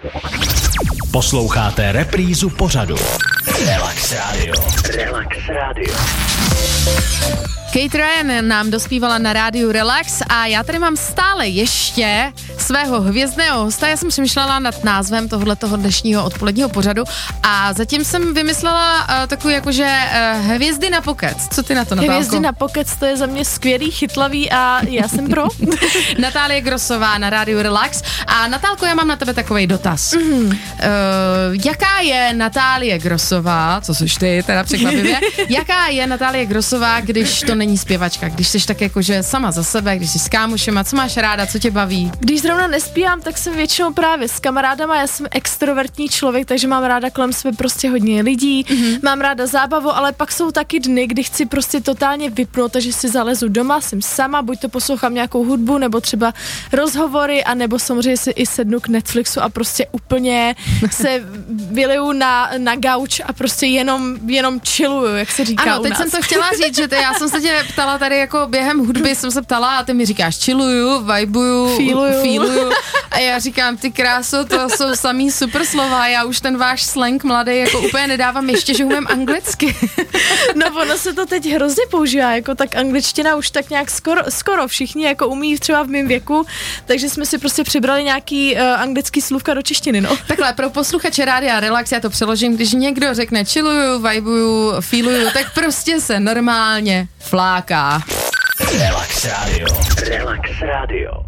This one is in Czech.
Posloucháte reprízu pořadu Relax Radio. Relax Radio. Kate Ryan nám dospívala na rádiu Relax a já tady mám stále ještě svého hvězdného hosta. Já jsem přemýšlela nad názvem tohoto dnešního odpoledního pořadu a zatím jsem vymyslela takový jakože hvězdy na pokec. Co ty na to, Natálko? Hvězdy na pokec, to je za mě skvělý, chytlavý a já jsem pro. Natálie Grossová na rádiu Relax. A Natálko, já mám na tebe takovej dotaz. Jaká je Natálie Grossová, co jsi ty, teda překvapivě, jaká je Natálie Grossová, když to není zpěvačka, když jsi tak jakože sama za sebe, když jsi s kámošema, co máš ráda, co tě baví? Když zrovna nespívám, tak jsem většinou právě s kamarádama, já jsem extrovertní člověk, takže mám ráda kolem sebe prostě hodně lidí, mám ráda zábavu, ale pak jsou taky dny, kdy chci prostě totálně vypnout, takže si zalezu doma, jsem sama, buď to poslouchám nějakou hudbu, nebo třeba rozhovory, anebo samozřejmě si i sednu k Netflixu a prostě úplně se vyliju na gauč a prostě jenom chilluju, jak se říká ano, u teď nás. jsem to chtěla říct, že já jsem se tě ptala tady jako během hudby, jsem se ptala a ty mi říkáš chilluju, vibuju, feeluju a já říkám, ty kráso, to jsou samý super slova, já už ten váš slang mladý jako úplně nedávám, ještě, že umím anglicky. No ono se to teď hrozně používá, jako tak angličtina už tak nějak skoro všichni jako umí třeba v mém věku, takže jsme si prostě přibrali nějaký anglický slůvka do češtiny, no. Takhle, pro posluchače Rádia Relax, já to přeložím, když někdo řekne chilluju, vibuju, feeluju, tak prostě se normálně fláká. Relax Radio. Relax Radio.